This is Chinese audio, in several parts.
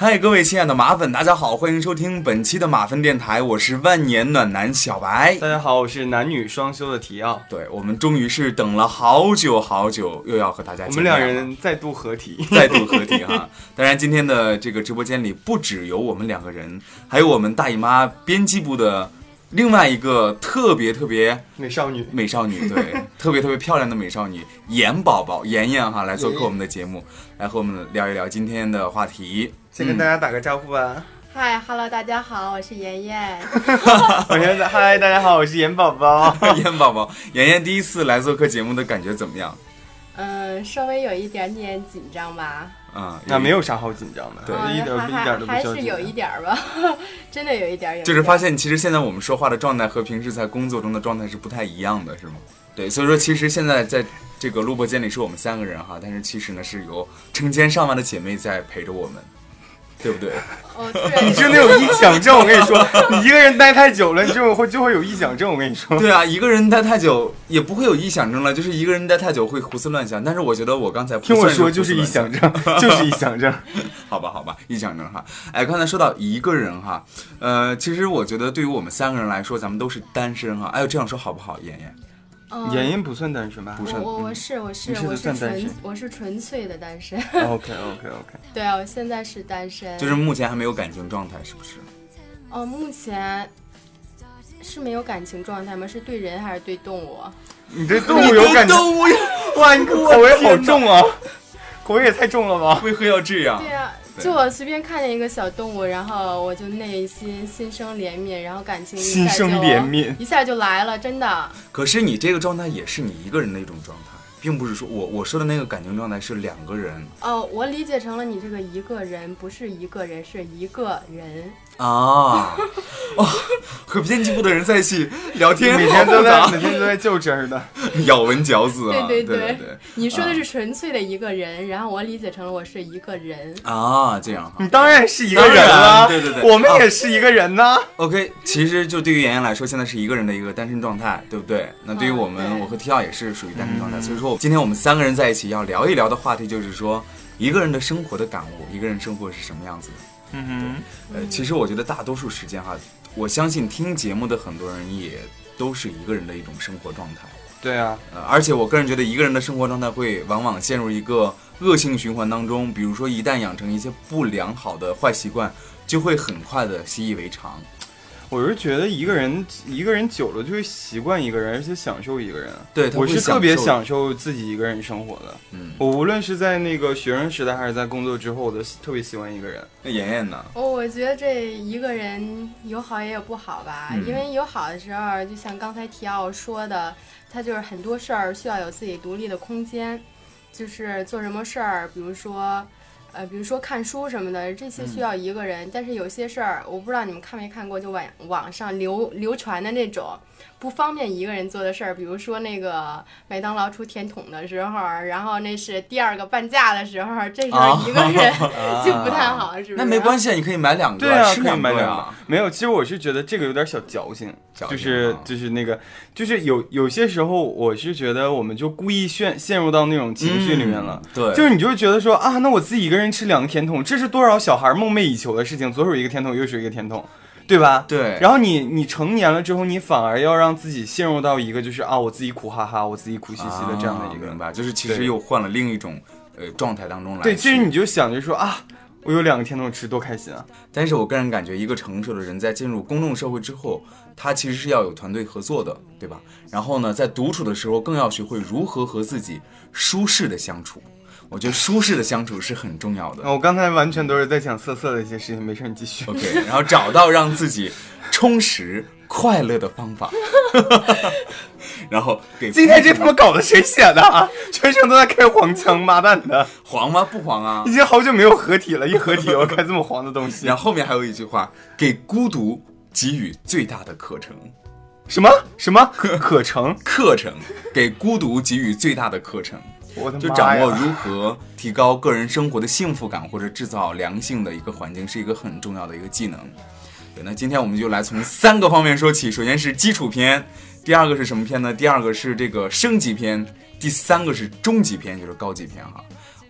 嗨，各位亲爱的马粉，大家好，欢迎收听本期的马粉电台，我是万年暖男小白。 大家好，我是男女双修的提奥。 对，我们终于是等了好久好久，又要和大家见面了。 我们两人再度合体， 再度合体哈。当然，今天的这个直播间里不只有我们两个人，还有我们大姨妈编辑部的另外一个特别美少女， 对，特别漂亮的美少女妍宝宝妍妍哈，来做客我们的节目，来和我们聊一聊今天的话题。 先跟大家打个招呼吧。 嗨 ，Hello， 大家好，我是妍妍。 嗨，大家好，我是妍宝宝。 妍宝宝，妍妍第一次来做客节目的感觉怎么样？ 稍微有一点点紧张吧。 那没有啥好紧张的， 对， 一点都不需要紧张。 还是有一点吧，真的有一点。 就是发现，其实现在我们说话的状态和平时在工作中的状态是不太一样的，是吗？对，所以说其实现在在这个录播间里是我们三个人哈，但是其实呢是有成千上万的姐妹在陪着我们。对不对？ 对， 你真的有臆想症，我跟你说，你一个人待太久了，你就会有臆想症。我跟你说， 对啊，一个人待太久也不会有臆想症了，就是一个人待太久会胡思乱想。但是我觉得我刚才不听我说就是臆想症，就是臆想症。 好吧，臆想症哈。哎，刚才说到一个人哈，其实我觉得对于我们三个人来说，咱们都是单身哈。哎，这样说好不好，妍妍？ 妍妍不算单身吧？ 不算， 我是纯粹的单身。 OK。 对啊，我现在是单身， 就是目前还没有感情状态，是不是？ 目前是没有感情状态吗？是对人还是对动物？ 你对动物有感觉？动物哇，你口味好重啊！口味也太重了吧？ 为何要这样？ 对啊。就我随便看见一个小动物，然后我就内心心生怜悯，然后感情一下就来了，真的。 可是你这个状态也是你一个人的一种状态，并不是说我说的那个感情状态是两个人。 我理解成了你这个一个人不是一个人，是一个人啊。和编辑部的人在一起聊天， 每天都在较真的， 咬文嚼字啊。 对，你说的是纯粹的一个人，然后我理解成了我是一个人啊，这样哈。 你当然是一个人了， 对， 我们也是一个人呢。 OK， 其实就对于妍妍来说，现在是一个人的一个单身状态，对不对？那对于我们，我和 T 奥也是属于单身状态，所以说今天我们三个人在一起要聊一聊的话题就是说一个人的生活的感悟，一个人生活是什么样子的。其实我觉得大多数时间哈，我相信听节目的很多人也都是一个人的一种生活状态。 对啊， 而且我个人觉得一个人的生活状态会往往陷入一个恶性循环当中，比如说一旦养成一些不良好的坏习惯，就会很快的习以为常。 我是觉得一个人久了就会习惯一个人，而且享受一个人。 对， 我是特别享受自己一个人生活的。我无论是在那个学生时代还是在工作之后，我都特别喜欢一个人。 那妍妍呢？ 我觉得这一个人有好也有不好吧。因为有好的时候，就像刚才提奥说的，他就是很多事儿需要有自己独立的空间，就是做什么事儿，比如说看书什么的，这些需要一个人。但是有些事儿，我不知道你们看没看过，就网上流传的那种不方便一个人做的事儿，比如说那个麦当劳出甜筒的时候，然后那是第二个半价的时候，这时候一个人就不太好，是不是？ 那没关系，你可以买两个， 对啊， 可以买两个。 没有，其实我是觉得这个有点小矫情，就是那个，就是有些时候，我是觉得我们就故意陷入到那种情绪里面了。 对， 就是你就会觉得说啊，那我自己一个人吃2个甜筒，这是多少小孩梦寐以求的事情，左手一个甜筒，右手一个甜筒。对吧？ 对。 然后你成年了之后，你反而要让自己陷入到一个就是我自己苦哈哈，我自己苦兮兮的这样的一个， 明白？就是其实又换了另一种状态当中来。 对，其实你就想着说我有2个甜筒吃，多开心啊！ 但是我个人感觉，一个成熟的人在进入公众社会之后，他其实是要有团队合作的，对吧？然后呢，在独处的时候，更要学会如何和自己舒适的相处。我觉得舒适的相处是很重要的。 我刚才完全都是在讲色的一些事情，没事，你继续。 OK， 然后找到让自己充实快乐的方法。然后今天这他妈搞的谁写的啊？全程都在开黄腔，妈蛋的！ 黄吗？不黄啊！ 已经好久没有合体了，一合体我开这么黄的东西。 然后后面还有一句话：给孤独给予最大的课程。 什么课程？ 给孤独给予最大的课程。 我的妈呀！ 就掌握如何提高个人生活的幸福感，或者制造良性的一个环境，是一个很重要的一个技能。对，那今天我们就来从3个方面说起。首先是基础篇，第2个是什么篇呢？第2个是这个升级篇，第3个是中级篇，就是高级篇哈。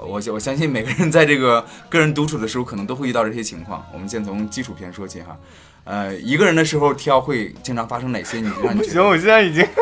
我相信每个人在这个个人独处的时候，可能都会遇到这些情况。我们先从基础篇说起哈。一个人的时候挑会经常发生哪些？你让你不行，我现在已经，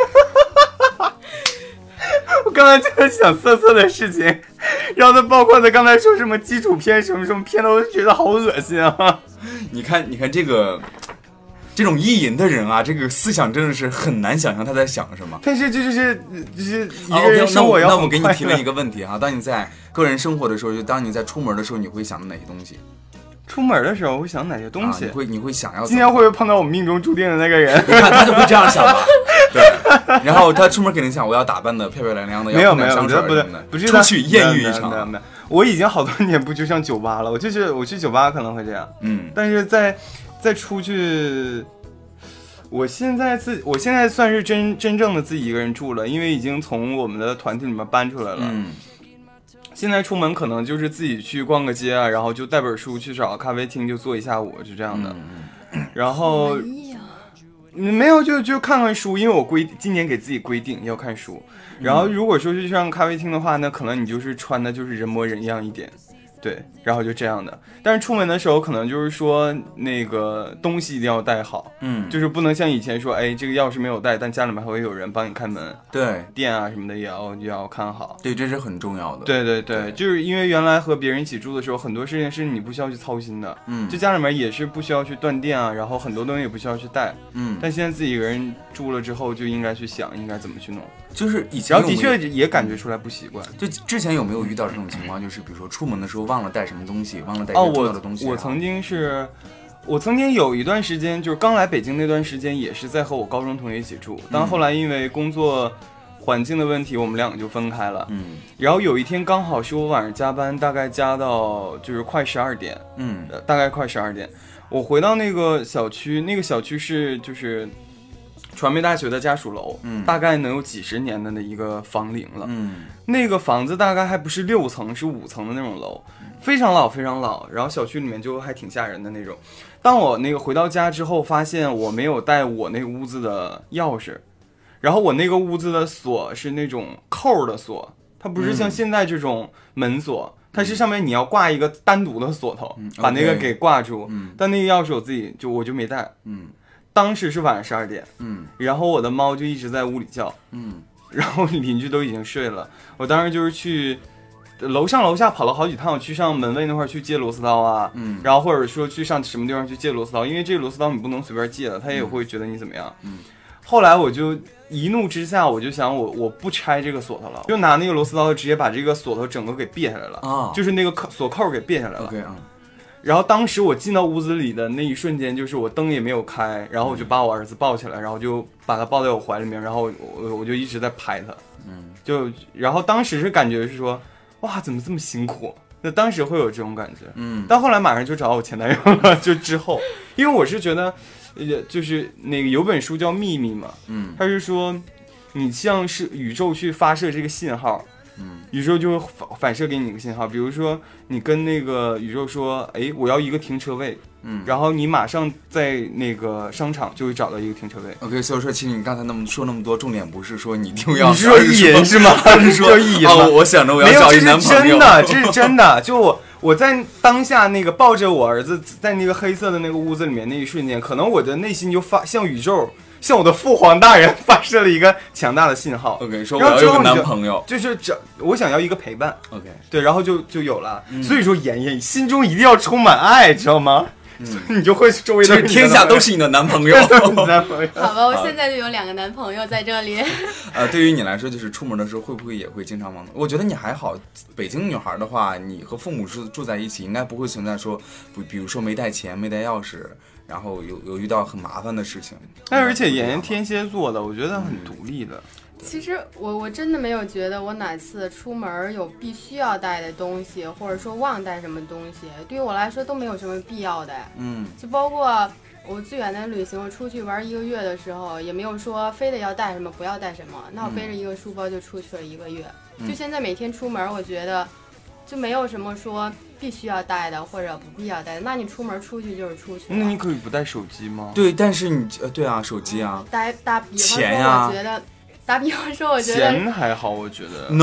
我刚才就在想色色的事情，然后他包括他刚才说什么基础篇什么什么篇的，我就觉得好恶心啊！ 你看这种意淫的人啊，这个思想真的是很难想象他在想什么。 但是就是一个人生活要那我给你提了一个问题哈，当你在个人生活的时候，就当你在出门的时候，你会想到哪些东西？ 出门的时候会想哪些东西？ 你会想要今天会不会碰到我命中注定的那个人？ 你看他就会这样想吧。对，然后他出门肯定想我要打扮的漂漂亮亮的， 没有，不是出去艳遇一场。 没有，我已经好多年不去上酒吧了。我去酒吧可能会这样，但是再出去，我现在算是真正的自己一个人住了，因为已经从我们的团体里面搬出来了。现在出门可能就是自己去逛个街啊，然后就带本书去找咖啡厅就坐一下午，就这样的。然后没有就看看书，因为我今年给自己规定要看书。然后如果说去上咖啡厅的话，那可能你就是穿的就是人模人样一点。对，然后就这样的。但是出门的时候可能就是说那个东西一定要带好，就是不能像以前说，哎，这个钥匙没有带，但家里面还会有人帮你开门， 对， 店啊什么的也要看好。 对，这是很重要的。 对，就是因为原来和别人一起住的时候，很多事情是你不需要去操心的，就家里面也是不需要去断电啊，然后很多东西也不需要去带，但现在自己一个人住了之后，就应该去想应该怎么去弄。 就是以前， 然后的确也感觉出来不习惯。 就之前有没有遇到这种情况？就是比如说出门的时候忘了带什么东西，忘了带一些重要的东西。 我曾经有一段时间，就是刚来北京那段时间，也是在和我高中同学一起住。但后来因为工作环境的问题，我们两个就分开了。然后有一天刚好是我晚上加班，大概加到就是快12点。大概快12点，我回到那个小区，那个小区是就是传媒大学的家属楼，大概能有几十年的一个房龄了。那个房子大概还不是6层，是5层的那种楼，非常老非常老。然后小区里面就还挺吓人的那种。当我那个回到家之后，发现我没有带我那个屋子的钥匙，然后我那个屋子的锁是那种扣的锁，它不是像现在这种门锁，它是上面你要挂一个单独的锁头，把那个给挂住。但那个钥匙我自己我就没带。当时是晚上12点，然后我的猫就一直在屋里叫，然后邻居都已经睡了。我当时就是去楼上楼下跑了好几趟，我去上门卫那块去借螺丝刀啊，然后或者说去上什么地方去借螺丝刀，因为这个螺丝刀你不能随便借的，他也会觉得你怎么样。后来我就一怒之下，我就想我不拆这个锁头了，就拿那个螺丝刀直接把这个锁头整个给别下来了，就是那个锁扣给别下来了。然后当时我进到屋子里的那一瞬间，就是我灯也没有开，然后我就把我儿子抱起来，然后就把他抱在我怀里面，然后我就一直在拍他，然后当时是感觉是说，哇，怎么这么辛苦？那当时会有这种感觉，但后来马上就找我前男友了，就之后，因为我是觉得，就是那个有本书叫《秘密》嘛，他是说，你像是宇宙去发射这个信号。宇宙就会反射给你一个信号，比如说你跟那个宇宙说，哎，我要一个停车位，然后你马上在那个商场就会找到一个停车位。 OK， 所以说其实你刚才说那么多，重点不是说你一定要， 你是说意淫是吗？ 是说意淫吗？我想着我要找一男朋友。 这是真的，就我在当下那个抱着我儿子在那个黑色的那个屋子里面那一瞬间，可能我的内心就向宇宙。向我的父皇大人发射了一个强大的信号。 OK， 说我要有个男朋友， 就是我想要一个陪伴。 OK， 对，然后就有了。所以说，妍妍心中一定要充满爱，知道吗？所以你就会周围的人天下都是你的男朋友。 好吧，我现在就有2个男朋友在这里。 对于你来说，就是出门的时候会不会也会经常忘东西？我觉得你还好，北京女孩的话，你和父母住在一起，应该不会存在说，比如说没带钱、没带钥匙。然后有遇到很麻烦的事情， 而且妍妍天蝎座的，我觉得很独立的。 其实我真的没有觉得我哪次出门有必须要带的东西，或者说忘带什么东西，对于我来说都没有什么必要的。就包括我最远的旅行，我出去玩1个月的时候，也没有说非得要带什么不要带什么，那我背着一个书包就出去了1个月。就现在每天出门，我觉得就没有什么说必须要带的或者不必要带的，那你出门出去就是出去了。 那你可以不带手机吗？ 对，但是你对啊，手机啊， 打比方说， 钱呀， 我觉得打比方说，我觉得钱还好，我觉得 no，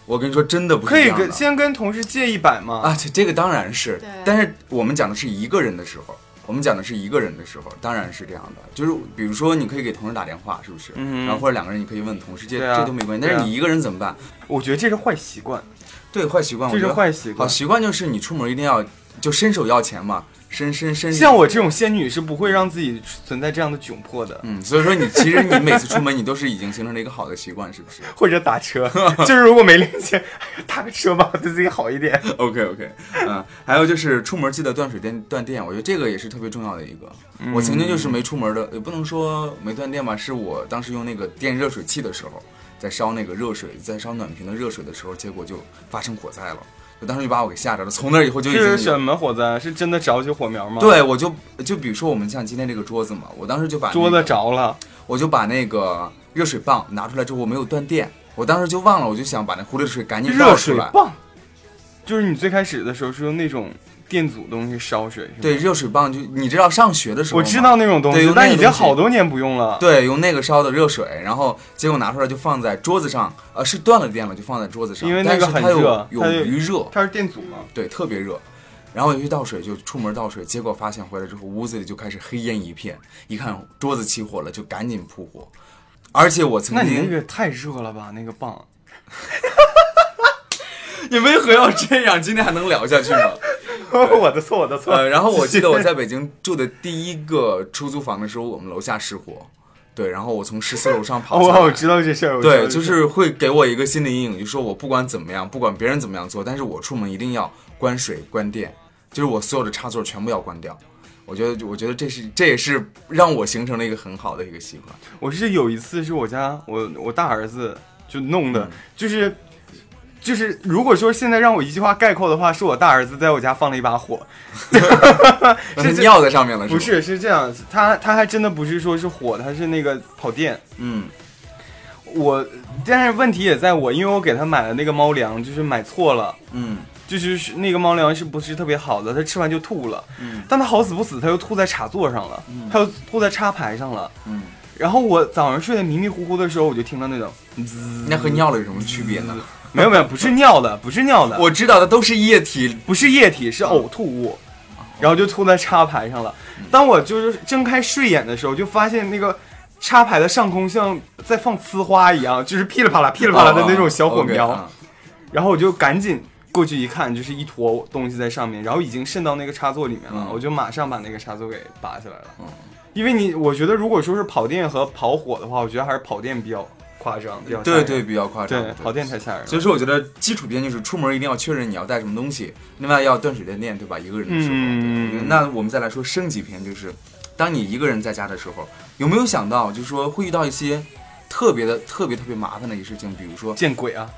我跟你说，真的不是可以这样的。 先跟同事借100嘛？ 啊，这个当然是，但是我们讲的是一个人的时候，当然是这样的。就是比如说，你可以给同事打电话，是不是？然后或者2个人你可以问同事借，这都没关系。但是你一个人怎么办？ 我觉得这是坏习惯。 对，坏习惯， 这是坏习惯。 好习惯就是你出门一定要就伸手要钱嘛。 像我这种仙女是不会让自己存在这样的窘迫的。 所以说其实你每次出门你都是已经形成了一个好的习惯，是不是？ 或者打车，就是如果没零钱，打个车吧，对自己好一点。 OK， 还有就是出门记得断水断电，我觉得这个也是特别重要的一个。我曾经就是没出门的，也不能说没断电吧，是我当时用那个电热水器的时候，在烧那个热水，在烧暖瓶的热水的时候，结果就发生火灾了。当时就把我给吓着了，从那以后就已经是什么火灾？是真的着起火苗吗？ 对，我就比如说我们像今天这个桌子嘛，我当时就把、桌子着了， 我就把那个热水棒拿出来之后，我没有断电，我当时就忘了，我就想把那壶里的水赶紧倒出来。 热水棒，就是你最开始的时候是用那种电阻东西烧水， 对，热水棒就你知道上学的时候， 我知道那种东西，但已经好多年不用了。 对，用那个烧的热水，然后结果拿出来就放在桌子上，是断了电了，就放在桌子上， 因为那个很热，有余热， 它是电阻嘛， 对，特别热。然后我就去倒水，就出门倒水，结果发现回来之后，屋子里就开始黑烟一片，一看桌子起火了，就赶紧扑火。而且我曾经， 那你那个太热了吧，那个棒。 你为何要这样？今天还能聊下去吗？ 我的错。 然后我记得我在北京住的第一个出租房的时候，我们楼下失火，对，然后我从14楼上跑下来。 我知道这事儿。 对，就是会给我一个心理阴影，就说我不管怎么样，不管别人怎么样做，但是我出门一定要关水关电，就是我所有的插座全部要关掉。我觉得这也是让我形成了一个很好的一个习惯。 我是有一次是我家我大儿子就弄的，就是如果说现在让我一句话概括的话，是我大儿子在我家放了一把火， 是尿在上面了， 不是这样，他还真的不是说是火，他是那个跑电。但是问题也在我，因为我给他买了那个猫粮，就是买错了，就是那个猫粮是不是特别好的，他吃完就吐了，但他好死不死他又吐在插座上了，他又吐在插排上了，然后我早上睡得迷迷糊糊的时候，我就听到那种滋， 那和尿了有什么区别呢？ 没有，不是尿的， 我知道的都是液体， 不是液体，是呕吐物，然后就吐在插排上了。当我就是睁开睡眼的时候，就发现那个插排的上空像在放呲花一样，就是噼里啪啦的那种小火苗，然后我就赶紧过去一看，就是一坨东西在上面，然后已经渗到那个插座里面了，我就马上把那个插座给拔下来了。因为我觉得如果说是跑电和跑火的话，我觉得还是跑电比较夸张，比较对比较夸张， 对，跑电太吓人了。 所以说我觉得基础电就是出门一定要确认你要带什么东西，另外要断水断电，对吧？一个人的时候，那我们再来说升级篇，就是当你一个人在家的时候，有没有想到就是说会遇到一些特别麻烦的一些事情，比如说见鬼啊！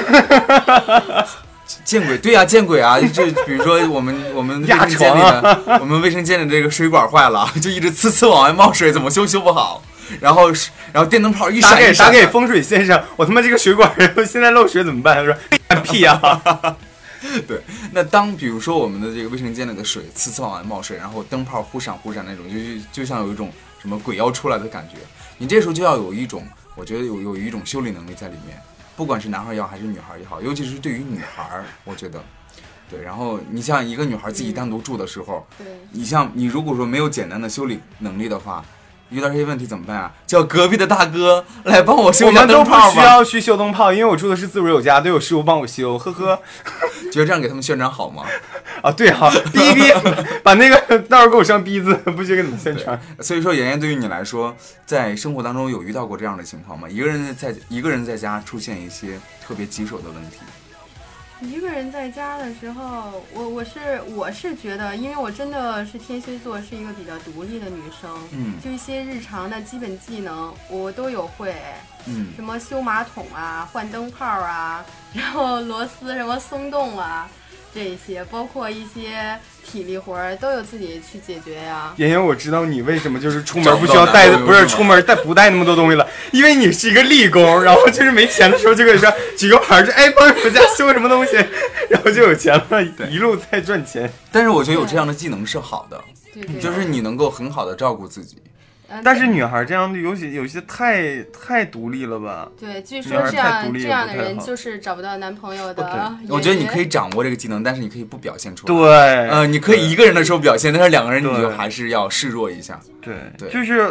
见鬼，对啊，见鬼啊！就比如说我们卫生间里的，我们卫生间的这个水管坏了，就一直呲往外冒水，怎么修不好。然后电灯泡一闪一闪。 打给风水先生，我他妈这个水管现在漏水怎么办？他说屁啊！ 对，那当比如说我们的这个卫生间里的水呲往外冒水，然后灯泡忽闪那种，就像有一种什么鬼要出来的感觉。你这时候就要有一种，我觉得有一种修理能力在里面。不管是男孩也好还是女孩也好，尤其是对于女孩，我觉得，对。然后你像一个女孩自己单独住的时候，你如果说没有简单的修理能力的话，遇到这些问题怎么办啊？叫隔壁的大哥来帮我修一下灯泡吧。 我们都不需要去修灯泡，因为我住的是自如有家，都有师傅帮我修，呵呵。 觉得这样给他们宣传好吗？ 啊，对啊，哔，把那个到时候给我上逼字，不许给你们宣传。 所以说，妍妍对于你来说，在生活当中有遇到过这样的情况吗？一个人在家出现一些特别棘手的问题。 一个人在家的时候，我是觉得，因为我真的是天蝎座，是一个比较独立的女生，就一些日常的基本技能我都有会，什么修马桶啊、换灯泡啊，然后螺丝什么松动啊，这些包括一些体力活都有自己去解决呀。 妍妍，我知道你为什么就是出门不需要带，不是出门不带那么多东西了，因为你是一个力工，然后就是没钱的时候就可以说举个牌，就帮我家修什么东西，然后就有钱了，一路在赚钱。 但是我觉得有这样的技能是好的，就是你能够很好的照顾自己。 但是女孩这样有些太独立了吧？ 对，据说这样的人就是找不到男朋友的。 我觉得你可以掌握这个技能，但是你可以不表现出来。 对，你可以一个人的时候表现，但是两个人你就还是要示弱一下。 对，就是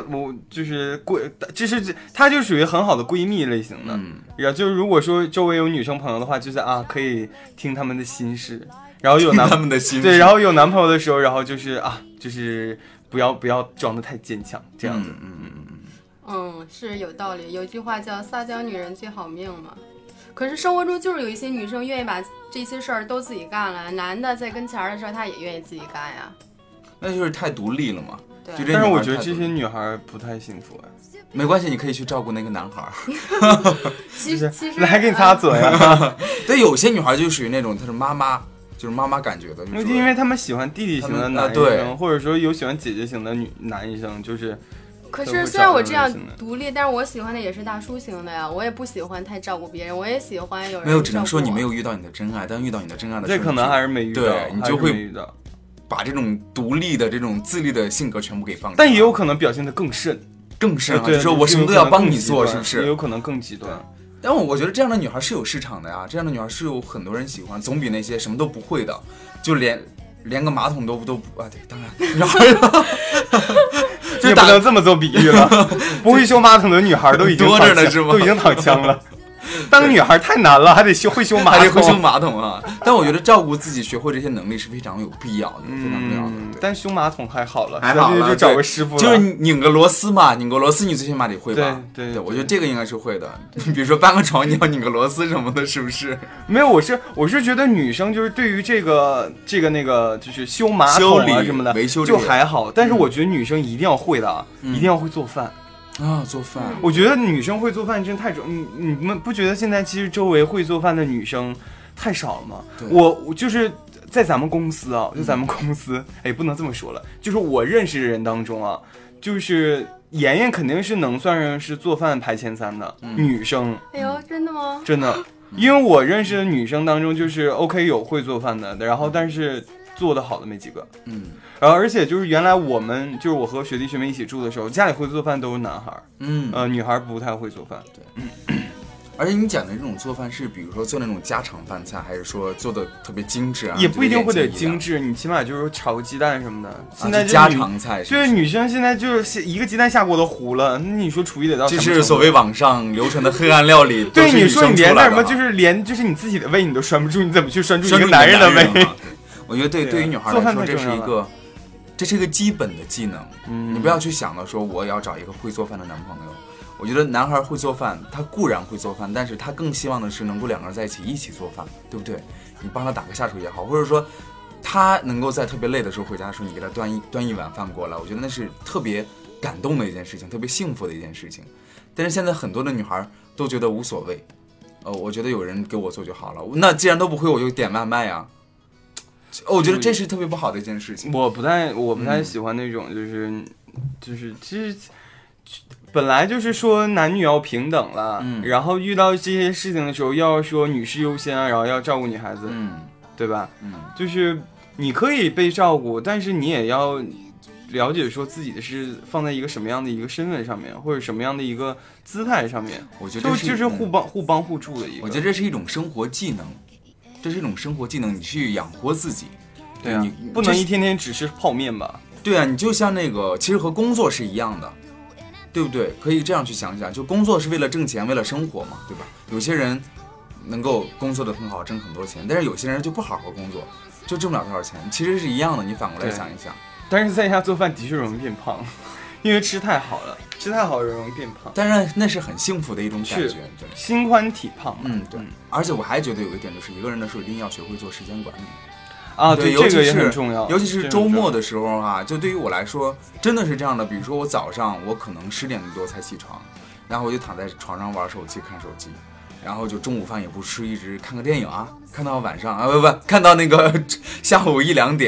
她就属于很好的闺蜜类型的。然后就是如果说周围有女生朋友的话，就是可以听他们的心事。然后有他们的心事。 对，然后有男朋友的时候，然后就是就是不要装得太坚强，这样子。 是有道理。有句话叫撒娇女人最好命嘛。可是生活中就是有一些女生愿意把这些事儿都自己干了，男的在跟前的时候他也愿意自己干呀。 那就是太独立了嘛。 对。 但是我觉得这些女孩不太幸福哎。 没关系，你可以去照顾那个男孩。 其实来给你擦嘴啊。 对，有些女孩就属于那种她是妈妈。就是妈妈感觉的， 因为他们喜欢弟弟型的男生，或者说有喜欢姐姐型的男生，就是。 可是虽然我这样独立，但是我喜欢的也是大叔型的呀。我也不喜欢太照顾别人，我也喜欢有人。 没有，只能说你没有遇到你的真爱，但遇到你的真爱的时候， 这可能还是没遇到。 对，你就会把这种独立的、这种自立的性格全部给放下。 但也有可能表现得更甚， 就是说我什么都要帮你做，是不是？ 也有可能更极端。 但我觉得这样的女孩是有市场的呀，这样的女孩是有很多人喜欢，总比那些什么都不会的，就连个马桶都不对，当然， 就不能这么做比喻了。不会修马桶的女孩都已经多着呢，是吗？ 都已经躺枪了。当女孩太难了，还得会修马桶， 还得会修马桶啊！但我觉得照顾自己、学会这些能力是非常有必要的，非常必要的。 但修马桶还好了， 就找个师傅了， 就是拧个螺丝嘛，拧个螺丝你最起码得会吧？ 对， 我觉得这个应该是会的。比如说搬个床，你要拧个螺丝什么的，是不是？ 没有，我是觉得女生就是对于这个那个就是修马桶啊什么的维修就还好，但是我觉得女生一定要会的，一定要会做饭。 做饭， 我觉得女生会做饭真太重。你们不觉得现在其实周围会做饭的女生太少了吗？我就是在咱们公司啊，不能这么说了，就是我认识的人当中啊，就是妍妍肯定是能算上是做饭排前3的女生。 哎呦，真的吗？ 真的，因为我认识的女生当中，就是 OK 有会做饭的，然后但是做得好的没几个。然后而且就是原来就是我和学弟学妹一起住的时候，家里会做饭都是男孩，女孩不太会做饭。 对，而且你讲的这种做饭是，比如说做那种家常饭菜，还是说做的特别精致啊？ 也不一定会得精致，你起码就是炒个鸡蛋什么的。现在家常菜就是女生现在就是一个鸡蛋下锅都糊了，那你说厨艺得到什么程度？ 这是所谓网上流传的黑暗料理。 对，你说你连那什么，就是你自己的胃你都拴不住，你怎么去拴住一个男人的胃？ 我觉得对于女孩来说，这是一个基本的技能。你不要去想到说我要找一个会做饭的男朋友。我觉得男孩会做饭，他固然会做饭，但是他更希望的是能够两个人在一起做饭，对不对？你帮他打个下手也好，或者说他能够在特别累的时候回家的时候，你给他端一碗饭过来，我觉得那是特别感动的一件事情，特别幸福的一件事情。但是现在很多的女孩都觉得无所谓，我觉得有人给我做就好了。那既然都不会，我就点外卖呀。我觉得这是特别不好的一件事情。 我不太喜欢那种就是其实本来就是说男女要平等了，然后遇到这些事情的时候要说女士优先，然后要照顾女孩子，对吧？就是你可以被照顾，但是你也要了解说自己的是放在一个什么样的一个身份上面，或者什么样的一个姿态上面。 我觉得就是互帮互助的一个。 我觉得这是一种生活技能。这是一种生活技能，你去养活自己。 对啊，你不能一天天只吃泡面吧？ 对啊，你就像那个，其实和工作是一样的，对不对？可以这样去想想，就工作是为了挣钱，为了生活嘛，对吧？有些人能够工作的很好，挣很多钱，但是有些人就不好好工作，就挣不了多少钱。其实是一样的，你反过来想一想。 但是在家做饭的确容易变胖，因为吃太好了，吃太好容易变胖。 但是那是很幸福的一种感觉，对， 心宽体胖。 对。而且我还觉得有一点就是，一个人的时候一定要学会做时间管理。 对，这个也很重要。 尤其是周末的时候啊，就对于我来说真的是这样的。比如说我早上我可能10点多才起床，然后我就躺在床上玩手机看手机，然后就中午饭也不吃，一直看个电影啊，看到晚上看到那个下午1-2点。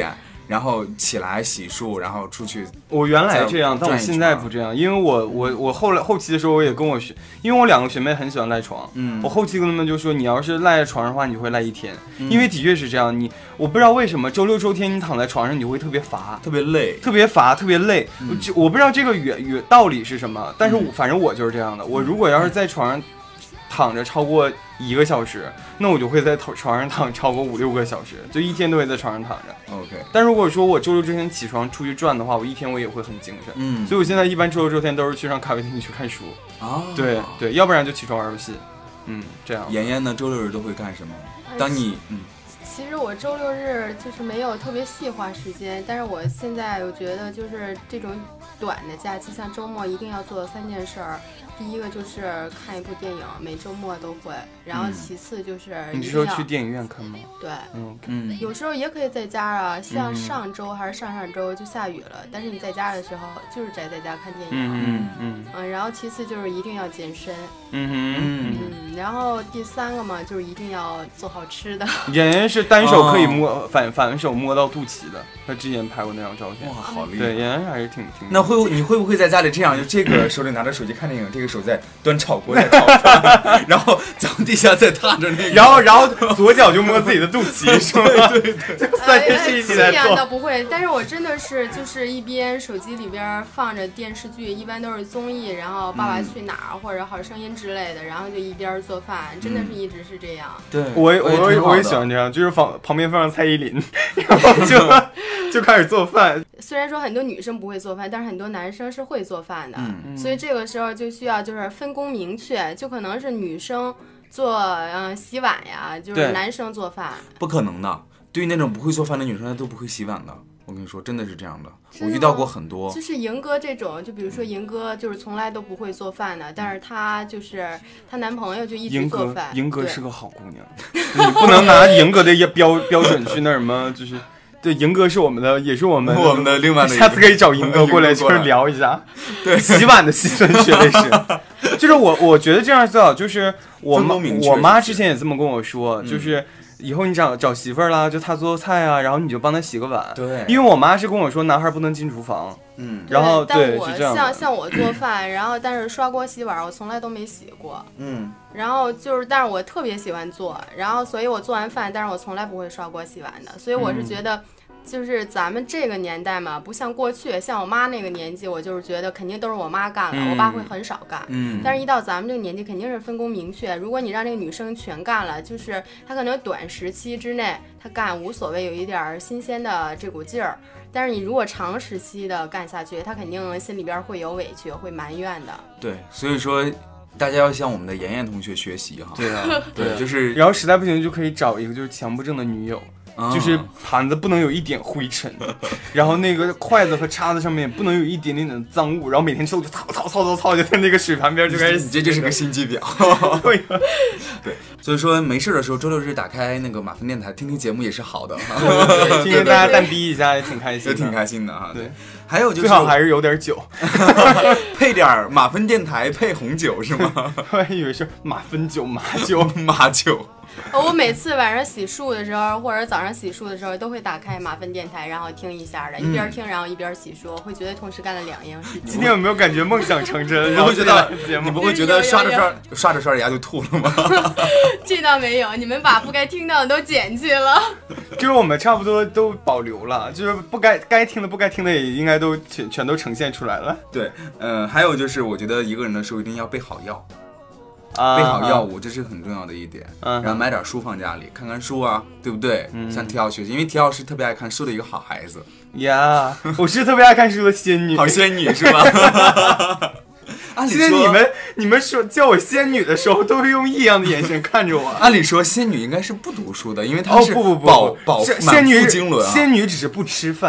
然后起来洗漱，然后出去。 我原来这样，但我现在不这样，因为我后期的时候我也跟因为我2个学妹很喜欢赖床，我后期跟他们就说，你要是赖在床上的话，你就会赖一天，因为的确是这样，我不知道为什么周六周天你躺在床上你就会特别乏， 特别累， 特别乏，特别累，我不知道这个道理是什么，但是反正我就是这样的，我如果要是在床上躺着超过1个小时，那我就会在床上躺超过5-6个小时，就一天都会在床上躺着。 OK。 但如果说我周六周天起床出去转的话，我一天我也会很精神。所以我现在一般周六周天都是去上咖啡厅去看书。对对，要不然就起床玩游戏。这样。 妍妍呢，周六日都会干什么？当你其实我周六日就是没有特别细化时间，但是我现在我觉得就是这种短的假期，像周末一定要做的3件事儿。第一个就是看一部电影，每周末都会。然后其次就是你是说去电影院看吗？ 对，有时候也可以在家啊。像上周还是上上周就下雨了，但是你在家的时候就是宅在家看电影。然后其次就是一定要健身。然后第3个嘛，就是一定要做好吃的。妍妍是单手可以反手摸到肚脐的，他之前拍过那张照片。 哇，好厉害！ 对，妍妍还是挺。 那你会不会在家里这样，就这个手里拿着手机看电影，这个手在端炒锅在炒饭，然后脚底下再踏着那个， 然后左脚就摸自己的肚脐，是吗？对，这3件事一起来做。 这样倒不会，但是我真的是就是一边手机里边放着电视剧，一般都是综艺，然后《爸爸去哪儿》或者《好声音》之类的，然后就一边做饭，真的是一直是这样。 对， 我也喜欢这样，就是旁边放上蔡依林，然后就开始做饭。 虽然说很多女生不会做饭，但是很多男生是会做饭的，所以这个时候就需要就是分工明确，就可能是女生做洗碗呀，就是男生做饭。 不可能的，对于那种不会做饭的女生，她都不会洗碗的。我跟你说，真的是这样的，我遇到过很多。 就是莹哥这种，就比如说莹哥就是从来都不会做饭的，但是她就是她男朋友就一直做饭。 莹哥是个好姑娘，你不能拿莹哥的标准去那什么，就是。对，莹哥是也是我们的另外的一个， 下次可以找莹哥过来就是聊一下，对洗碗的辛酸血泪史。就是我觉得这样最好，就是我妈之前也这么跟我说，就是以后你找媳妇儿啦，就她做菜啊，然后你就帮她洗个碗。 对， 因为我妈是跟我说男孩不能进厨房。然后对， 但是这样。 像我做饭，然后但是刷锅洗碗我从来都没洗过。然后就是，但是我特别喜欢做，然后所以我做完饭，但是我从来不会刷锅洗碗的。所以我是觉得，就是咱们这个年代嘛，不像过去，像我妈那个年纪，我就是觉得肯定都是我妈干了，我爸会很少干。但是一到咱们这个年纪，肯定是分工明确。如果你让这个女生全干了，就是她可能短时期之内她干无所谓，有一点新鲜的这股劲儿。但是你如果长时期的干下去，她肯定心里边会有委屈，会埋怨的。 对，所以说。大家要向我们的妍妍同学学习哈。 对啊， 对，就是， 然后实在不行就可以找一个就是强迫症的女友，就是盘子不能有一点灰尘，然后那个筷子和叉子上面不能有一点点的脏物，然后每天之后就操，就在那个水盘边就开始洗。 你这就是个心机婊。对，所以说没事的时候，周六日打开那个马芬电台听听节目也是好的， 听听大家蛋逼一下也挺开心的， 也挺开心的哈。 对， 还有就是最好还是有点酒， 配点马芬电台配红酒是吗？ 我还以为是马芬酒、马酒。 我每次晚上洗漱的时候，或者早上洗漱的时候，都会打开马芬电台，然后听一下的，一边听然后一边洗漱，我会觉得同时干了2样事情。 今天有没有感觉梦想成真？ 你不会觉得刷着刷着牙就吐了吗？ 这倒没有，你们把不该听到的都剪去了。 就是我们差不多都保留了，就是该听的不该听的也应该都全都呈现出来了。 对，还有就是我觉得一个人的时候一定要备好药。备好药物，这是很重要的一点。然后买点书放家里，看看书啊，对不对？像提奥学习，因为提奥是特别爱看书的一个好孩子。 呀，我是特别爱看书的仙女， 好仙女是吧？ 现在你们说叫我仙女的时候，都会用异样的眼神看着我。 按理说，仙女应该是不读书的，因为她是不， 饱仙女经纶啊。 仙女只是不吃饭。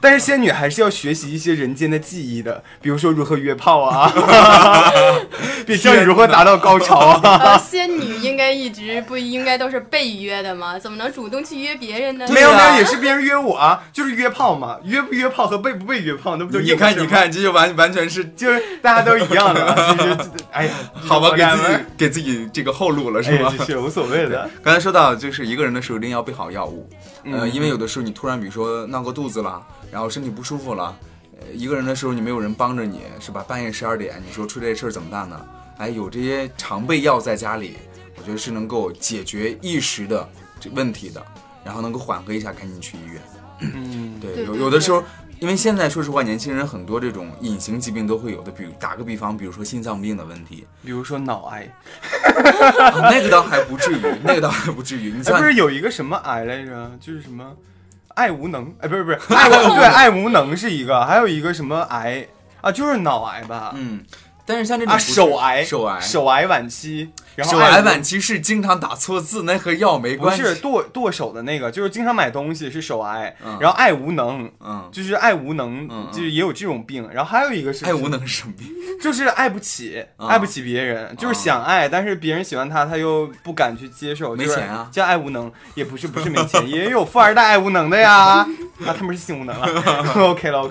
但是仙女还是要学习一些人间的技艺的，比如说如何约炮啊，比教你如何达到高潮啊。 仙女应该一直不应该都是被约的吗？怎么能主动去约别人呢？ 没有，也是别人约我啊，就是约炮嘛，约不约炮和被不被约炮，那不就你看，这就完全是就是大家都一样的。哎呀， 好吧，给自己这个后路了是吧？ 这是无所谓的。 刚才说到，就是一个人的时候一定要备好药物，因为有的时候你突然比如说闹个肚子了，然后身体不舒服了，一个人的时候你没有人帮着你，是吧？半夜12点，你说出这事儿怎么办呢？哎，有这些常备药在家里，我觉得是能够解决一时的这问题的，然后能够缓和一下，赶紧去医院。对，有的时候。因为现在说实话，年轻人很多这种隐形疾病都会有的，打个比方，比如说心脏病的问题， 比如说脑癌， 那个倒还不至于，你不是有一个什么癌来着？就是什么爱无能？哎，不是爱无能是一个，还有一个什么癌啊？就是脑癌吧？ 但是像这种手癌晚期，然后手癌晚期是经常打错字，那和药没关系。 不是剁手的那个，就是经常买东西是手癌，然后爱无能，就是爱无能，就是也有这种病。然后还有一个是爱无能是什么病？ 就是爱不起别人，就是想爱，但是别人喜欢他又不敢去接受， 没钱啊， 叫爱无能，也不是没钱，也有富二代爱无能的呀，他们是性无能了。OK 了，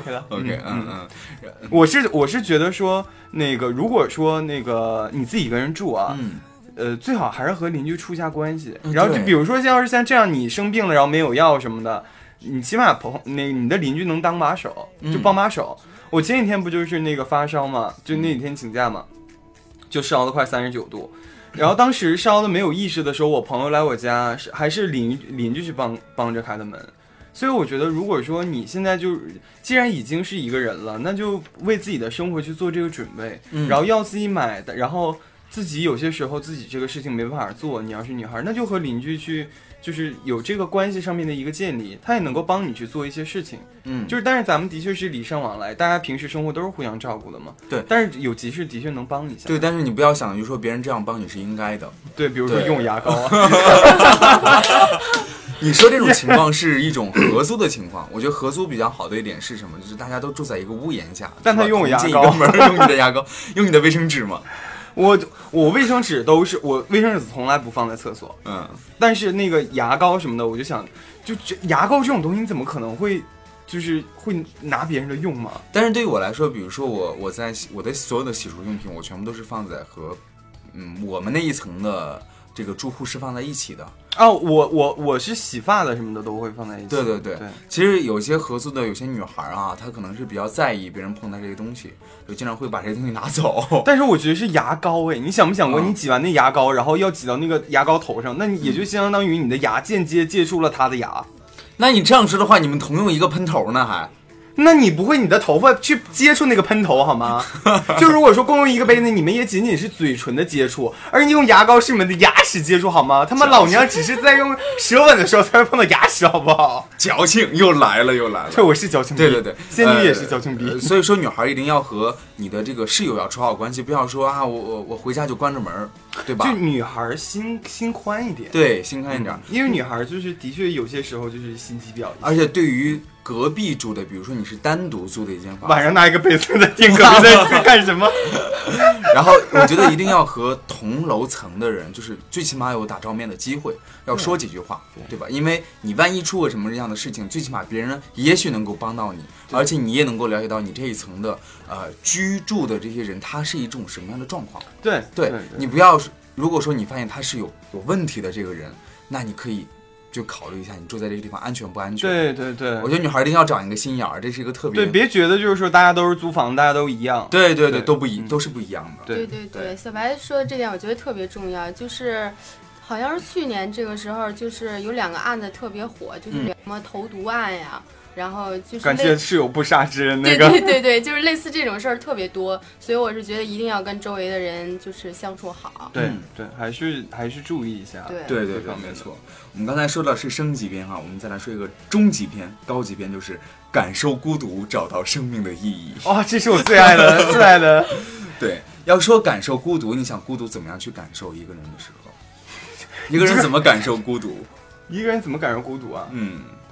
我是觉得说。那个，如果说那个你自己一个人住啊，最好还是和邻居处一下关系。然后就比如说，要是像这样你生病了，然后没有药什么的，你起码你的邻居能当把手，就帮把手。我前几天不就是那个发烧嘛，就那几天请假嘛，就烧了快39度。然后当时烧的没有意识的时候，我朋友来我家，还是邻居去帮着开的门。所以我觉得，如果说你现在既然已经是一个人了，那就为自己的生活去做这个准备，然后要自己买的，然后自己有些时候自己这个事情没办法做，你要是女孩，那就和邻居去，就是有这个关系上面的一个建立，他也能够帮你去做一些事情，但是咱们的确是礼尚往来，大家平时生活都是互相照顾的嘛， 对， 但是有急事的确能帮一下， 对，但是你不要想就说别人这样帮你是应该的， 对，比如说用牙膏啊。 你说这种情况是一种合租的情况，我觉得合租比较好的一点是什么？就是大家都住在一个屋檐下， 但他用牙膏， 用你的牙膏，用你的卫生纸吗？ 我卫生纸我卫生纸从来不放在厕所，但是那个牙膏什么的，我就想，就牙膏这种东西，你怎么可能会拿别人的用吗？ 但是对于我来说，比如说我在我的所有的洗漱用品，我全部都是放在和我们那一层的这个住户是放在一起的。 哦，我是洗发的什么的都会放在一起。 对，其实有些合租的有些女孩啊，她可能是比较在意别人碰她这些东西，就经常会把这些东西拿走。 但是我觉得是牙膏你想不想过，你挤完那牙膏，然后要挤到那个牙膏头上，那你也就相当于你的牙间接接触了他的牙。 那你这样说的话，你们同用一个喷头呢还？ 那你不会你的头发去接触那个喷头好吗？就如果说共用一个杯子，你们也仅仅是嘴唇的接触，而你用牙膏是你们的牙齿接触好吗？他妈老娘只是在用舌吻的时候才会碰到牙齿好不好？ 矫情又来了。 对，我是矫情逼。 对， 仙女也是矫情逼。 所以说女孩一定要和你的这个室友要处好关系，不要说啊我回家就关着门，对吧？ 就女孩心宽一点。 对，心宽一点， 因为女孩就是的确有些时候就是心机婊， 而且对于隔壁住的，比如说你是单独租的一间房， 晚上拿一个被子在听隔壁在干什么？ 然后我觉得一定要和同楼层的人，就是最起码有打照面的机会，要说几句话，对吧？因为你万一出个什么样的事情，最起码别人也许能够帮到你，而且你也能够了解到你这一层的居住的这些人，他是一种什么样的状况。对，你不要，如果说你发现他是有问题的这个人，那你可以就考虑一下你住在这个地方安全不安全。 对， 我觉得女孩一定要长一个心眼儿，这是一个特别对，别觉得就是说大家都是租房，大家都一样。 对，都是不一样的。 对，小白说的这点我觉得特别重要，就是好像是去年这个时候，就是有2个案子特别火，就是什么投毒案呀。然后就是感谢室友不杀之恩那个， 对，就是类似这种事儿特别多，所以我是觉得一定要跟周围的人就是相处好。 对，还是注意一下。 对，没错。我们刚才说的是升级篇哈，我们再来说一个中级篇、高级篇，就是感受孤独，找到生命的意义。 这是我最爱的。 对，要说感受孤独，你想孤独怎么样去感受一个人的时候？一个人怎么感受孤独？ 一个人怎么感受孤独啊？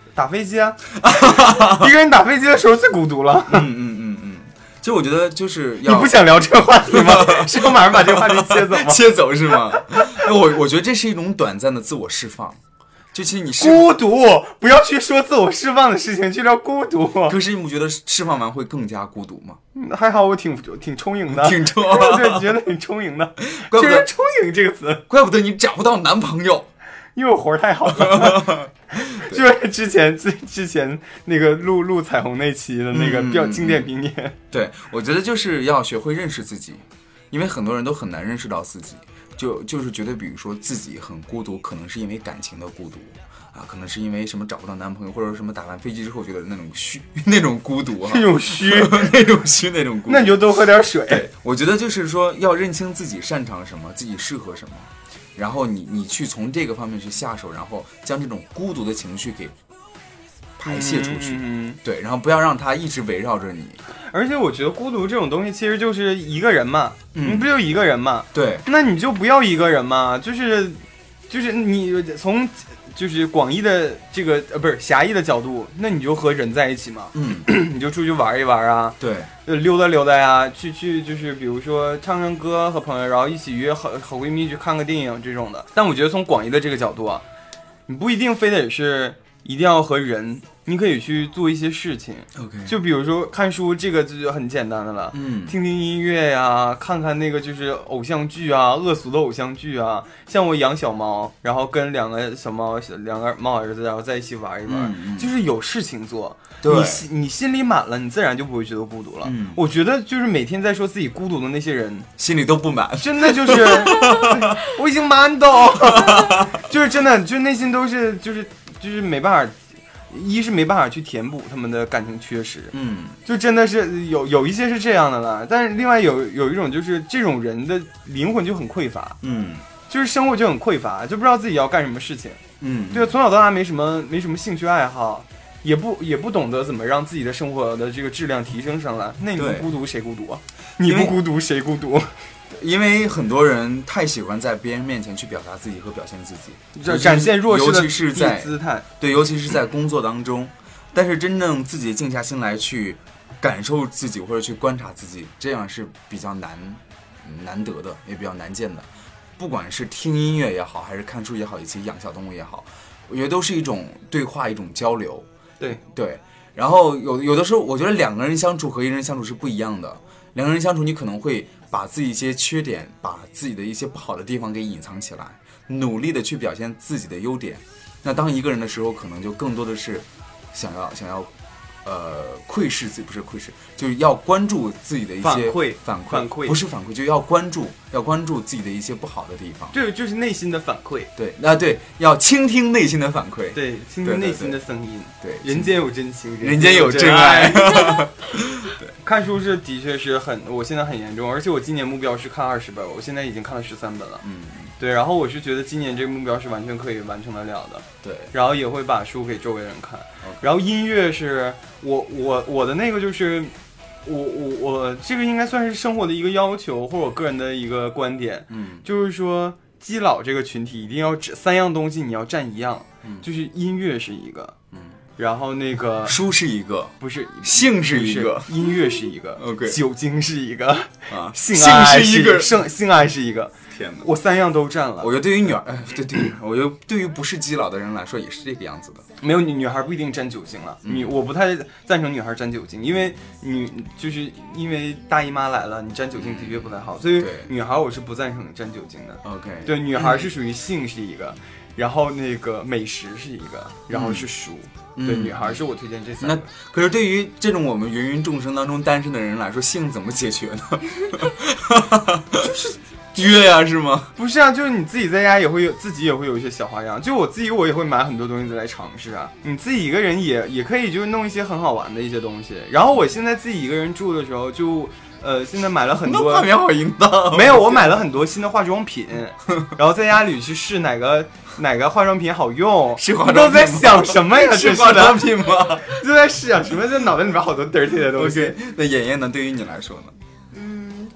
打飞机啊，一个人打飞机的时候最孤独了。 其实我觉得就是要， 你不想聊这个话题吗？是我马上把这个话题切走吗？ 切走是吗？我觉得这是一种短暂的自我释放。就其实你孤独，不要去说自我释放的事情，去聊孤独。 可是你不觉得释放完会更加孤独吗？ 还好我挺充盈的， 挺充， 对，觉得挺充盈的。 怪不得充盈这个词， 怪不得你找不到男朋友， 因为我活太好了。就是之前那个录彩虹那期的那个比较经典名言。 对，我觉得就是要学会认识自己，因为很多人都很难认识到自己。就是觉得，比如说自己很孤独，可能是因为感情的孤独啊，可能是因为什么找不到男朋友，或者什么打完飞机之后觉得那种虚，那种孤独啊， 那种虚， 那种虚，那种孤独。 那你就多喝点水。 对，我觉得就是说要认清自己擅长什么，自己适合什么，然后你去从这个方面去下手，然后将这种孤独的情绪给排泄出去。对，然后不要让它一直围绕着你。 而且我觉得孤独这种东西其实就是一个人嘛，你不就一个人嘛？ 对， 那你就不要一个人嘛，就是你从就是广义的这个不是狭义的角度，那你就和人在一起嘛，你就出去玩一玩啊， 对， 溜达溜达呀，去就是比如说唱唱歌和朋友，然后一起约好闺蜜去看个电影这种的。但我觉得从广义的这个角度啊，你不一定非得是一定要和人，你可以去做一些事情。 OK， 就比如说看书，这个就很简单的了。听听音乐呀，看看那个就是偶像剧啊，恶俗的偶像剧啊。像我养小猫，然后跟两个猫儿子，然后在一起玩一玩，就是有事情做。你心里满了，你自然就不会觉得孤独了。我觉得就是每天在说自己孤独的那些人， 心里都不满， 真的就是我已经满到，就是真的，就内心都是就是没办法，一是没办法去填补他们的感情缺失，就真的是有一些是这样的了，但是另外有一种就是这种人的灵魂就很匮乏，就是生活就很匮乏，就不知道自己要干什么事情，对，从小到大没什么兴趣爱好，也不懂得怎么让自己的生活的这个质量提升上来，那你不孤独谁孤独啊？你不孤独谁孤独？ 因为很多人太喜欢在别人面前去表达自己和表现自己， 展现弱势的姿态。对，尤其是在工作当中，但是真正自己静下心来去感受自己或者去观察自己，这样是比较难得的，也比较难见的。不管是听音乐也好，还是看书也好，以及养小动物也好，我觉得都是一种对话，一种交流。对。然后有的时候，我觉得两个人相处和一个人相处是不一样的。两个人相处，你可能会把自己一些缺点，把自己的一些不好的地方给隐藏起来，努力的去表现自己的优点。那当一个人的时候，可能就更多的是想要窥视自己，不是窥视，就是要关注自己的一些反馈，不是反馈，就要关注自己的一些不好的地方。 对，就是内心的反馈。 对，要倾听内心的反馈。 对，倾听内心的声音。 对， 人间有真情， 人间有真爱。 对，看书是的确是我现在很严重，而且我今年目标是看20本，我现在已经看了13本了。对，然后我是觉得今年这个目标是完全可以完成得了的。 对， 然后也会把书给周围人看。然后音乐是我的那个就是我这个应该算是生活的一个要求，或者我个人的一个观点。就是说基佬这个群体一定要3样东西你要占1样，就是音乐是一个，然后那个书是一个， 不是性是一个， 音乐是一个 ，OK， 酒精是一个啊， 性爱是一个，性爱是一个。 天哪， 我3样都占了。 我觉得对于我觉得对于不是基佬的人来说也是这个样子的。 没有，女孩不一定沾酒精了。我不太赞成女孩沾酒精，因为就是因为大姨妈来了，你沾酒精的确不太好，所以女孩我是不赞成沾酒精的。 OK， 对，女孩是属于性是一个，然后那个美食是一个，然后是书。对，女孩是我推荐这3个。 那可是对于这种我们芸芸众生当中单身的人来说，性怎么解决呢？就是约呀，是吗？ 不是啊，就是你自己在家自己也会有一些小花样。就我自己，我也会买很多东西来尝试啊。你自己一个人也可以就弄一些很好玩的一些东西。然后我现在自己一个人住的时候，就现在买了很多。 画面好淫荡。 没有，我买了很多新的化妆品，然后在家里去试哪个化妆品好用。 是化妆品吗？ 都在想什么呀？ 是化妆品吗？ 就在想什么？在脑袋里面好多 dirty 的东西。 那妍妍呢？对于你来说呢？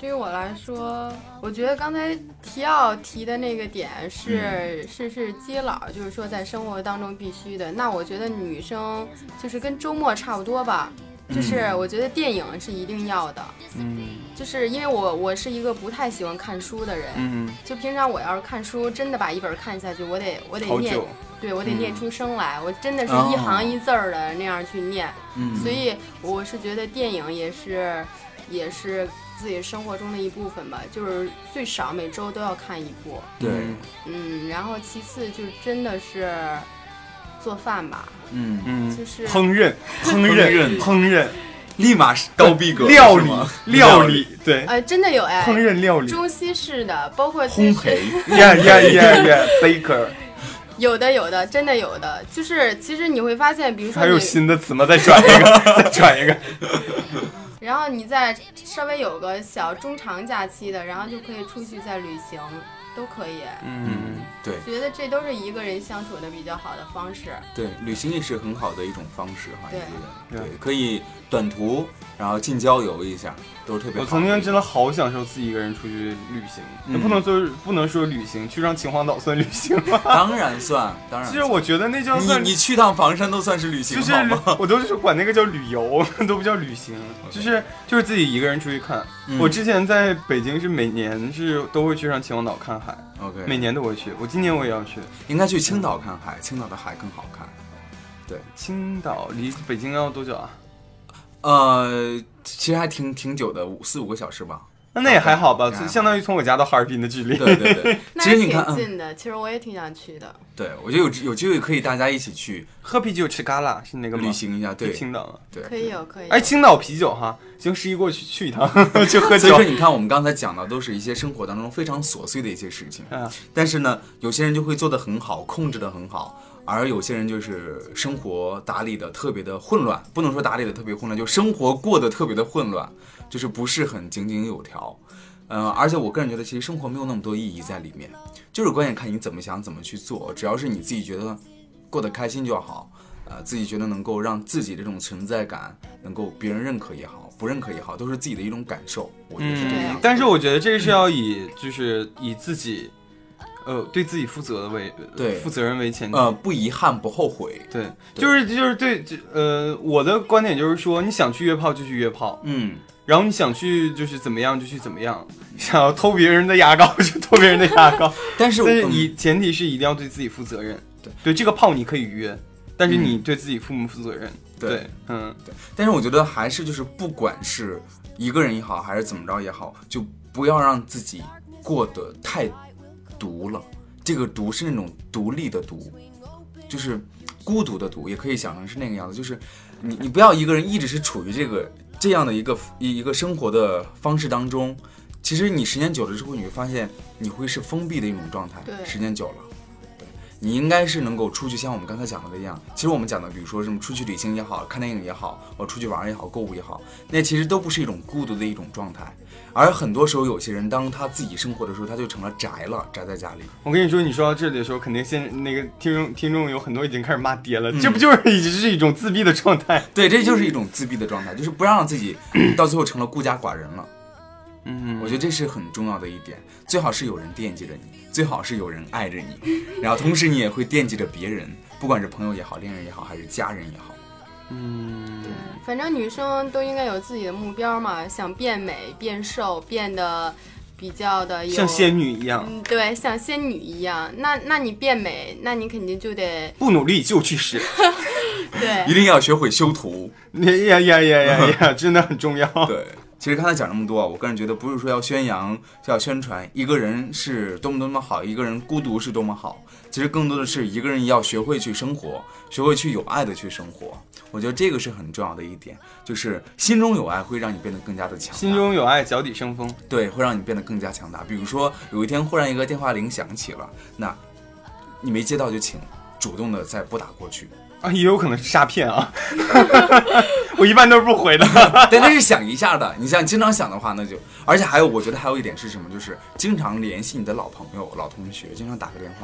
对于我来说，我觉得刚才提奥提的那个点是基佬，就是说在生活当中必须的。那我觉得女生就是跟周末差不多吧。就是我觉得电影是一定要的，就是因为我是一个不太喜欢看书的人，就平常我要是看书，真的把一本看下去，我得念，对我得念出声来，我真的是一行一字儿的那样去念，所以我是觉得电影也是自己生活中的一部分吧，就是最少每周都要看一部， 对， 然后其次就真的是做饭吧，就是烹饪， 立马高逼格， 料理，对， 真的有烹饪料理， 中西式的，包括烘焙 ，baker， 有的，真的有的，就是其实你会发现，比如说还有新的词吗？再转一个， 然后你再稍微有个小中长假期的，然后就可以出去再旅行。都可以， 对， 觉得这都是一个人相处的比较好的方式。 对，旅行也是很好的一种方式哈， 对， 一个人，对，可以短途，然后近郊游一下，都是特别好。 我曾经真的好享受自己一个人出去旅行，不能说旅行，去上秦皇岛算旅行吗？ 当然算。 其实我觉得那叫算你去趟房山都算是旅行， 就是好吗？ 我都是管那个叫旅游，都不叫旅行，就是自己一个人出去看。我之前在北京是每年都会去上秦皇岛看海 ，OK， 每年都会去。我今年我也要去， 应该去青岛看海，青岛的海更好看。对， 青岛离北京要多久啊？ 其实还挺久的，4-5个小时吧。 那也还好吧，相当于从我家到哈尔滨的距离。 对，其实你看， 挺近的。其实我也挺想去的。 对，我觉得有机会可以大家一起去喝啤酒吃嘎啦，是那个吗？ 旅行一下，对， 青岛， 对， 可以有。 哎，青岛啤酒哈，行，11过去一趟去喝酒。 所以说，你看我们刚才讲的都是一些生活当中非常琐碎的一些事情，但是呢，有些人就会做得很好，控制得很好。而有些人就是生活打理的特别的混乱，不能说打理的特别混乱，就生活过得特别的混乱，就是不是很井井有条。而且我个人觉得，其实生活没有那么多意义在里面，就是关键看你怎么想，怎么去做。只要是你自己觉得过得开心就好，自己觉得能够让自己这种存在感能够别人认可也好，不认可也好，都是自己的一种感受。我觉得是这样。 但是我觉得这个是要以自己。对自己负责任为前提， 不遗憾不后悔， 对，就是对，我的观点就是说，你想去约炮就去约炮，然后你想去就是怎么样就去怎么样，想要偷别人的牙膏就偷别人的牙膏，但是你前提是一定要对自己负责任，对，这个炮你可以约，但是你对自己负不负责任，对， 对，但是我觉得还是就是不管是一个人也好，还是怎么着也好，就不要让自己过得太独了，这个独是那种独立的独，就是孤独的独，也可以想成是那个样子。就是你不要一个人一直是处于这样的一个生活的方式当中，其实你时间久了之后，你会发现你会是封闭的一种状态。 对， 时间久了，对，你应该是能够出去，像我们刚才讲的一样。其实我们讲的，比如说什么出去旅行也好，看电影也好，我出去玩也好，购物也好，那其实都不是一种孤独的一种状态。而很多时候，有些人当他自己生活的时候，他就成了宅了，宅在家里。 我跟你说，你说到这里的时候，肯定那个听众有很多已经开始骂爹了，这不就是已经是一种自闭的状态？ 对，这就是一种自闭的状态，就是不让自己到最后成了孤家寡人了。我觉得这是很重要的一点，最好是有人惦记着你，最好是有人爱着你，然后同时你也会惦记着别人，不管是朋友也好，恋人也好，还是家人也好。 对，反正女生都应该有自己的目标嘛，想变美、变瘦、变得比较的像仙女一样。 对，像仙女一样。那你变美，那你肯定就得不努力就去死。 对， 一定要学会修图。 呀，真的很重要。 对。其实刚才讲这么多，我个人觉得不是说要宣扬、要宣传一个人是多么好，一个人孤独是多么好。其实更多的是一个人要学会去生活，学会去有爱的去生活。我觉得这个是很重要的一点，就是心中有爱会让你变得更加的强大。 心中有爱，脚底生风。 对，会让你变得更加强大。比如说有一天忽然一个电话铃响起了，那你没接到就请主动的再拨打过去。 也有可能是诈骗啊！我一般都是不回的， 但那是想一下的。你像经常想的话，那就而且还有，我觉得还有一点是什么，就是经常联系你的老朋友、老同学，经常打个电话，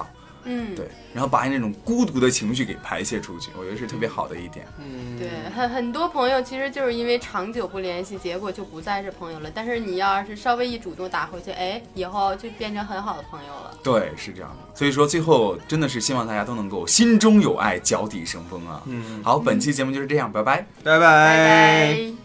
对，然后把你那种孤独的情绪给排泄出去，我觉得是特别好的一点。 对，很多朋友其实就是因为长久不联系，结果就不再是朋友了。但是你要是稍微一主动打回去，哎，以后就变成很好的朋友了。 对，是这样的。所以说最后真的是希望大家都能够心中有爱，脚底生风啊。好，本期节目就是这样，拜拜， 拜拜。